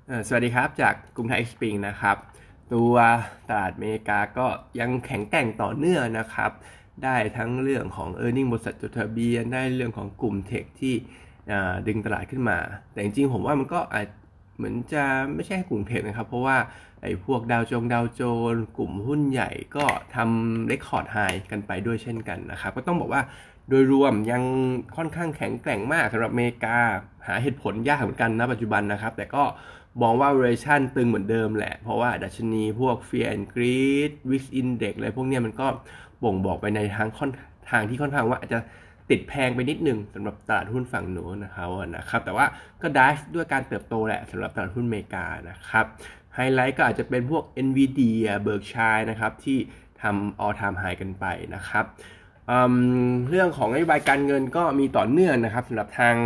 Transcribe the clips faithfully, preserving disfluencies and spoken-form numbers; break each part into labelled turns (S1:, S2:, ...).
S1: สวัสดีครับจากกรุงไทยเอ็กซ์ปริงนะครับตัวตลาดอเมริกาก็ยังแข็งแกร่งต่อเนื่องนะครับได้ทั้งเรื่องของ earning บริษัทจดทะเบียนได้เรื่องของกลุ่มเทคที่ดึงตลาดขึ้นมาแต่จริงๆผมว่ามันก็อาจเหมือนจะไม่ใช่กลุ่มเทคนะครับเพราะว่าไอ้พวกดาวจงดาวโจนส์กลุ่มหุ้นใหญ่ก็ทำเรคคอร์ดไฮกันไปด้วยเช่นกันนะครับก็ต้องบอกว่าโดยรวมยังค่อนข้างแข็งแกร่งมากสำหรับอเมริกาหาเหตุผลยากเหมือนกันนะปัจจุบันนะครับแต่ก็มองว่า valuation ตึงเหมือนเดิมแหละเพราะว่าดัชนีพวก Fear and Greed วิ ไอ เอ็กซ์ Index อะไรพวกนี้มันก็บ่งบอกไปในทางค่อนทางที่ค่อนข้างว่าอาจจะติดแพงไปนิดนึงสำหรับตลาดหุ้นฝั่งโน้นนะครับนะครับแต่ว่าก็ได้ด้วยการเติบโตแหละสำหรับตลาดหุ้นอเมริกานะครับไฮไลท์ก็อาจจะเป็นพวก Nvidia Berkshire นะครับที่ทำ all time high กันไปนะครับเรื่องของนโยบายการเงินก็มีต่อเนื่องนะครับสำหรับทาง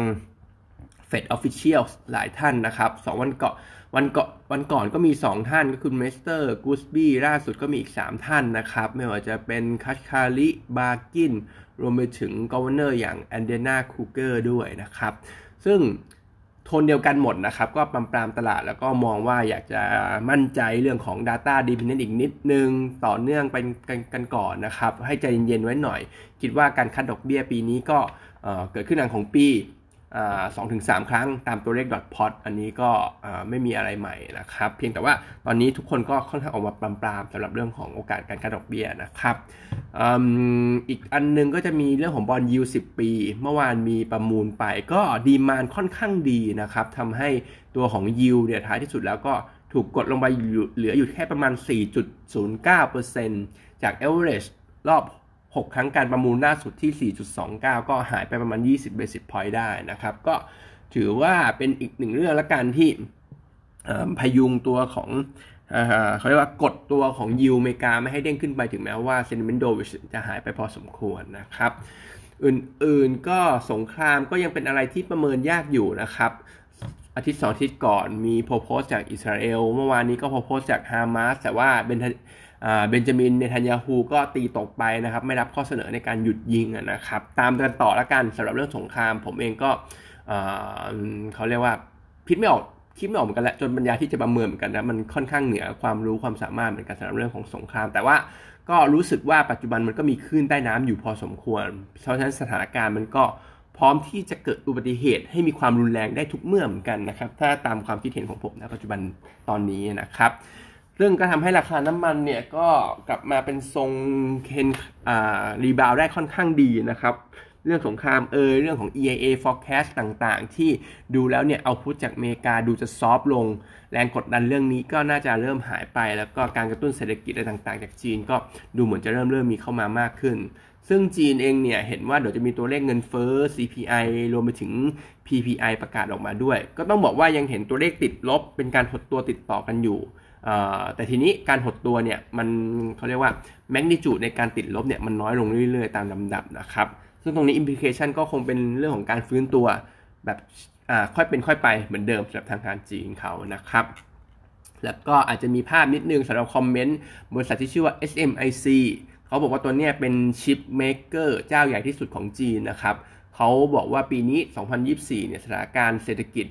S1: Fed Official หลายท่านนะครับสองวันก่อนวันก่อนวันก่อนก็มีสองท่านก็คือเมสเตอร์กูสบี้ล่าสุดก็มีอีกสามท่านนะครับไม่ว่าจะเป็นคัชคาริบาร์กินรวมไปถึงกอเวอร์เนอร์อย่างแอนเดนาคูเกอร์ด้วยนะครับซึ่งโทนเดียวกันหมดนะครับก็ปรามปรามตลาดแล้วก็มองว่าอยากจะมั่นใจเรื่องของ Data Dependent อีกนิดนึงต่อเนื่องไปกันกันก่อนนะครับให้ใจเย็นๆไว้หน่อยคิดว่าการคัดดอกเบี้ยปีนี้ก็เกิดขึ้นหลังของปีสองถึงสามครั้งตามตัวเลข dot plot อันนี้ก็ไม่มีอะไรใหม่นะครับเพียงแต่ว่าตอนนี้ทุกคนก็ค่อนข้างออกมาปรามๆสำหรับเรื่องของโอกาสการคัดดอกเบี้ยนะครับอีกอันนึงก็จะมีเรื่องของบอนด์ยิลด์สิบปีเมื่อวานมีประมูลไปก็ดีมานด์ค่อนข้างดีนะครับทำให้ตัวของยิลด์เนี่ยท้ายที่สุดแล้วก็ถูกกดลงไปเหลืออยู่แค่ประมาณ สี่จุดศูนย์เก้าเปอร์เซ็นต์ จาก average รอบหกครั้งการประมูลล่าสุดที่ สี่จุดสองเก้า ก็หายไปประมาณยี่สิบ basis point ได้นะครับก็ถือว่าเป็นอีกหนึ่งเรื่องละกันที่พยุงตัวของเขาเรียกว่ากดตัวของยิวอเมริกาไม่ให้เด้งขึ้นไปถึงแม้ว่า sentiment dovish จะหายไปพอสมควรนะครับอื่นๆก็สงครามก็ยังเป็นอะไรที่ประเมินยากอยู่นะครับอาทิตย์สองอาทิตย์ก่อนมีโพโพสจากอิสราเอลเมื่อวานนี้ก็โพโพสจากฮามาสแต่ว่าเป็นเบนจามินเนทันยาฮูก็ตีตกไปนะครับไม่รับข้อเสนอในการหยุดยิงนะครับตามกันต่อละกันสำหรับเรื่องสงครามผมเองก็เขาเรียกว่าคิดไม่ออกคิดไม่ออกเหมือนกันแหละจนปัญญาที่จะประเมินเหมือนกันนะมันค่อนข้างเหนือความรู้ความสามารถเหมือนกันสำหรับเรื่องของสงครามแต่ว่าก็รู้สึกว่าปัจจุบันมันก็มีคลื่นใต้น้ำอยู่พอสมควรเพราะฉะนั้นสถานการณ์มันก็พร้อมที่จะเกิดอุบัติเหตุให้มีความรุนแรงได้ทุกเมื่อเหมือนกันนะครับถ้าตามความคิดเห็นของผมนะปัจจุบันตอนนี้นะครับเรื่องก็ทำให้ราคาน้ำมันเนี่ยก็กลับมาเป็นทรงเคนอ่ารีบาวได้ค่อนข้างดีนะครับเรื่องสงครามเออเรื่องของ อี ไอ เอ forecast ต่างๆที่ดูแล้วเนี่ยเอาพุทจากอเมริกาดูจะซอฟลงแรงกดดันเรื่องนี้ก็น่าจะเริ่มหายไปแล้วก็การกระตุ้นเศรษฐกิจอะไรต่างๆจากจีนก็ดูเหมือนจะเริ่มเริ่มมีเข้ามามากขึ้นซึ่งจีนเองเนี่ยเห็นว่าเดี๋ยวจะมีตัวเลขเงินเฟ้อ ซี พี ไอ รวมไปถึง พี พี ไอ ประกาศออกมาด้วยก็ต้องบอกว่ายังเห็นตัวเลขติดลบเป็นการหดตัวติดต่อกันอยู่แต่ทีนี้การหดตัวเนี่ยมันเขาเรียกว่าแมกนิจูดในการติดลบเนี่ยมันน้อยลงเรื่อยๆตามลำดับนะครับซึ่งตรงนี้ implication ก็คงเป็นเรื่องของการฟื้นตัวแบบค่อยเป็นค่อยไปเหมือนเดิมสำหรับทางการจีนเขานะครับแล้วก็อาจจะมีภาพนิดนึงสำหรับคอมเมนต์บริษัทที่ชื่อว่า เอส เอ็ม ไอ ซี เขาบอกว่าตัวนี้เป็นชิปเมกเกอร์เจ้าใหญ่ที่สุดของจีนนะครับเขาบอกว่าปีนี้สองพันยี่สิบสี่เนี่ยสถานการณ์เศรษฐกิจ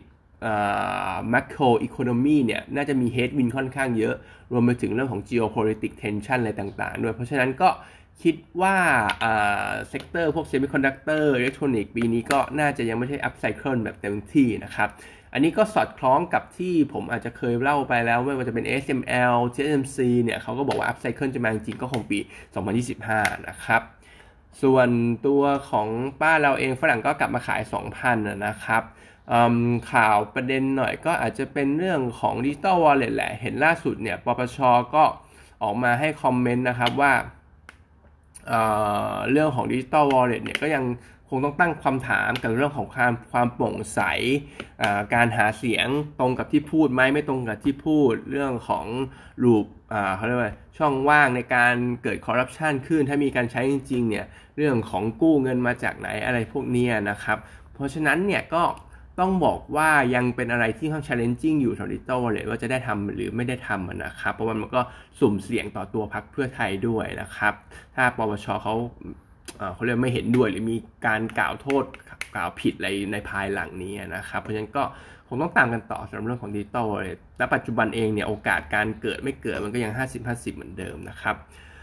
S1: macro economy เนี่ยน่าจะมี headwind ค่อนข้างเยอะรวมไปถึงเรื่องของ geopolitical tension อะไรต่างๆด้วยเพราะฉะนั้นก็คิดว่าเซกเตอร์พวก semiconductor electronic ปีนี้ก็น่าจะยังไม่ใช่ up cycle แบบเต็มที่นะครับอันนี้ก็สอดคล้องกับที่ผมอาจจะเคยเล่าไปแล้วไม่ว่าจะเป็น เอส เอ็ม แอล ที เอ็ม ซี เนี่ยเขาก็บอกว่า up cycle จะมาจริงๆก็คงปีสองพันยี่สิบห้านะครับส่วนตัวของป้าเราเองฝรั่งก็กลับมาขาย สองพัน นะครับข่าวประเด็นหน่อยก็อาจจะเป็นเรื่องของ Digital Wallet แหละเห็นล่าสุดเนี่ยปปช.ก็ออกมาให้คอมเมนต์นะครับว่าเ, เรื่องของ Digital Wallet เนี่ยก็ยังคงต้องตั้งคำถามกับเรื่องของความความโปร่งใสการหาเสียงตรงกับที่พูดไหมไม่ตรงกับที่พูดเรื่องของรูปเขาเรียกว่าช่องว่างในการเกิดคอร์รัปชันขึ้นถ้ามีการใช้จริงๆเนี่ยเรื่องของกู้เงินมาจากไหนอะไรพวกนี้นะครับเพราะฉะนั้นเนี่ยก็ต้องบอกว่ายังเป็นอะไรที่ค่อนข้าง challenging อยู่สำหรับ Digital Wallet ว่าจะได้ทำหรือไม่ได้ทำนะครับเพราะว่ามันก็สุ่มเสี่ยงต่อตัวพรรคเพื่อไทยด้วยนะครับถ้าปปช.เขาเขาเรียกไม่เห็นด้วยหรือมีการกล่าวโทษกล่าวผิดอะไรในภายหลังนี้นะครับเพราะฉะนั้นก็คคงต้องตามกันต่อสำหรับเรื่องของ Digital Wallet และปัจจุบันเองเนี่ยโอกาสการเกิดไม่เกิดมันก็ยัง ห้าสิบ ห้าสิบ เหมือนเดิมนะครับ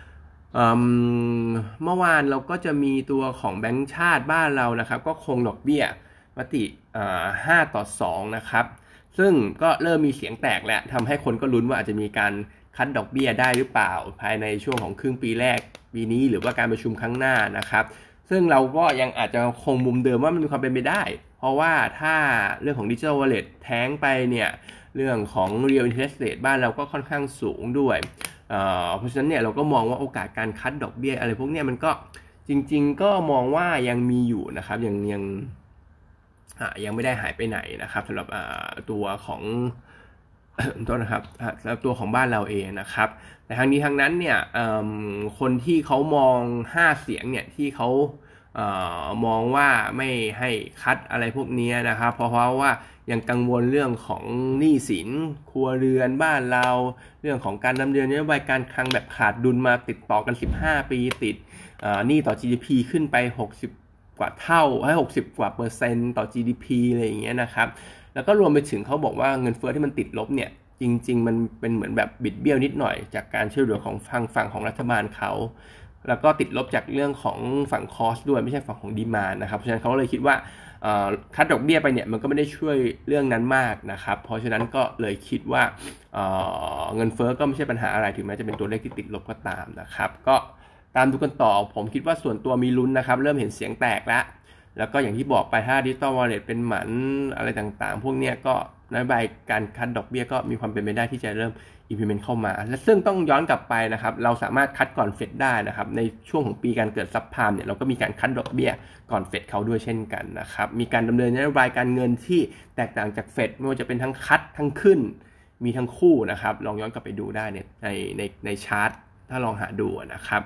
S1: เมื่อวานเราก็จะมีตัวของแบงก์ชาติบ้านเรานะครับก็คงดอกเบี้ยมติห้าต่อสองนะครับซึ่งก็เริ่มมีเสียงแตกแล้วทำให้คนก็ลุ้นว่าอาจจะมีการคัดดอกเบี้ยได้หรือเปล่าภายในช่วงของครึ่งปีแรกปีนี้หรือว่าการประชุมครั้งหน้านะครับซึ่งเราก็ยังอาจจะคงมุมเดิมว่ามันมีความเป็นไปได้เพราะว่าถ้าเรื่องของ Digital Wallet แท้งไปเนี่ยเรื่องของ Real Interest Rate บ้านเราก็ค่อนข้างสูงด้วยเอ่อเพราะฉะนั้นเนี่ยเราก็มองว่าโอกาสการคัดดอกเบี้ยอะไรพวกนี้มันก็จริงๆก็มองว่ายังมีอยู่นะครับยังยังยังไม่ได้หายไปไหนนะครับสำหรับตัวของตัวนะครับสำหรับตัวของบ้านเราเองนะครับแต่ทางนี้ทางนั้นเนี่ยคนที่เขามองห้าเสียงเนี่ยที่เขามองว่าไม่ให้คัดอะไรพวกนี้นะครับเพราะเพราะว่ายังกังวลเรื่องของหนี้สินครัวเรือนบ้านเราเรื่องของการดำเนินนโยบายการคลังแบบขาดดุลมาติดต่อกันสิบห้าปีติดหนี้ต่อ จี ดี พี ขึ้นไปหกสิบกว่าเท่าให้หกสิบกว่าเปอร์เซ็นต์ต่อ จี ดี พี อะไรอย่างเงี้ยนะครับแล้วก็รวมไปถึงเขาบอกว่าเงินเฟ้อที่มันติดลบเนี่ยจริงๆมันเป็นเหมือนแบบบิดเบี้ยวนิดหน่อยจากการช่วยเหลือของฝั่งฝั่งของรัฐบาลเขาแล้วก็ติดลบจากเรื่องของฝั่งคอสด้วยไม่ใช่ฝั่งของดีมานด์นะครับเพราะฉะนั้นเขาเลยคิดว่าคัดดอกเบี้ยไปเนี่ยมันก็ไม่ได้ช่วยเรื่องนั้นมากนะครับเพราะฉะนั้นก็เลยคิดว่า เ, เงินเฟ้อก็ไม่ใช่ปัญหาอะไรถึงแม้จะเป็นตัวเลขที่ติดลบก็ตามนะครับก็ตามดูกันต่อผมคิดว่าส่วนตัวมีลุ้นนะครับเริ่มเห็นเสียงแตกแล้วแล้วก็อย่างที่บอกไปถ้า Digital Wallet เป็นหมันอะไรต่างๆพวกนี้ก็นโยบายการคัดดอกเบี้ยก็มีความเป็นไปได้ที่จะเริ่ม implement เข้ามาและซึ่งต้องย้อนกลับไปนะครับเราสามารถคัดก่อนเฟดได้นะครับในช่วงของปีการเกิดซับไพรม์เนี่ยเราก็มีการคัดดอกเบี้ยก่อนเฟดเขาด้วยเช่นกันนะครับมีการดำเนินนโยบายการเงินที่แตกต่างจากเฟดไม่ว่าจะเป็นทั้งคัดทั้งขึ้นมีทั้งคู่นะครับลองย้อนกลับไปดูได้เนี่ยในในในชาร์ตถ้าลองหาดูนะครับ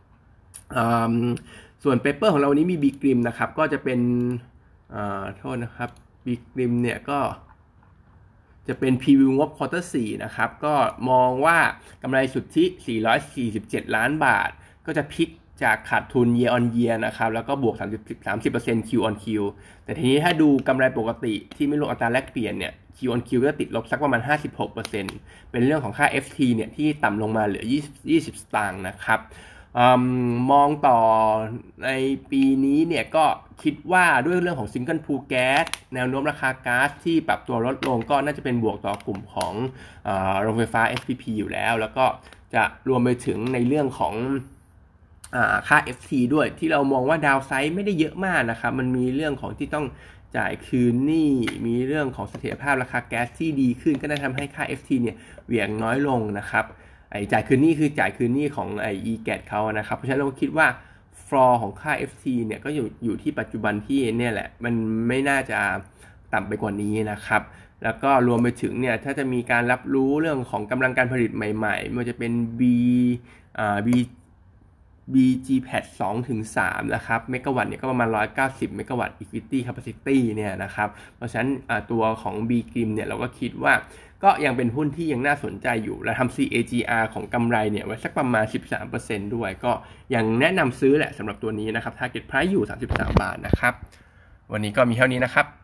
S1: ส่วนเปเปอร์ของเรานี้มี Bgrim นะครับก็จะเป็นโทษนะครับ Bgrim เนี่ยก็จะเป็น Preview งบ Quarter สี่นะครับก็มองว่ากำไรสุทธิสี่ร้อยสี่สิบเจ็ดล้านบาทก็จะพลิกจากขาดทุน year on year นะครับแล้วก็บวก สามสิบเปอร์เซ็นต์ Q on Q แต่ทีนี้ถ้าดูกำไรปกติที่ไม่รวมอัตราแลกเปลี่ยนเนี่ย Q on Q ก็ติดลบสักประมาณ ห้าสิบหกเปอร์เซ็นต์ เป็นเรื่องของค่า เอฟ ที เนี่ยที่ต่ำลงมาเหลือยี่สิบสตางค์นะครับมองต่อในปีนี้เนี่ยก็คิดว่าด้วยเรื่องของซิงเกิลพูลแก๊สแนวโน้มราคาก๊าซที่ปรับตัวลดลงก็น่าจะเป็นบวกต่อกลุ่มของโรงไฟฟ้า เอส พี พี อยู่แล้วแล้วก็จะรวมไปถึงในเรื่องของค่า เอฟ ที ด้วยที่เรามองว่าดาวไซด์ไม่ได้เยอะมากนะครับมันมีเรื่องของที่ต้องจ่ายคืนหนี้มีเรื่องของเสถียรภาพราคาแก๊สที่ดีขึ้นก็ได้ทำให้ค่า เอฟ ที เนี่ยเหวี่ยงน้อยลงนะครับไอ้จ่ายคืนหนี้คือจ่ายคืนหนี้ของไอ้ อี จี เอ ที เขานะครับเพราะฉะนั้นเราคิดว่าฟลอร์ของค่า เอฟ ที เนี่ยก็อยู่อยู่ที่ปัจจุบันที่เนี่ยแหละมันไม่น่าจะต่ำไปกว่านี้นะครับแล้วก็รวมไปถึงเนี่ยถ้าจะมีการรับรู้เรื่องของกำลังการผลิตใหม่ๆไม่ว่าจะเป็น B อ่า B บี จี พี เอ ที สองถึงสามนะครับเมกะวัตต์เนี่ยก็ประมาณหนึ่งร้อยเก้าสิบเมกะวัตต์ Equity Capacity เนี่ยนะครับเพราะฉะนั้นตัวของ Bgrim เนี่ยเราก็คิดว่าก็ยังเป็นหุ้นที่ยังน่าสนใจอยู่และทำ ซี เอ จี อาร์ ของกำไรเนี่ยไว้สักประมาณ สิบสามเปอร์เซ็นต์ ด้วยก็ยังแนะนำซื้อแหละสำหรับตัวนี้นะครับ Target Price อยู่สามสิบสามบาทนะครับวันนี้ก็มีเท่านี้นะครับ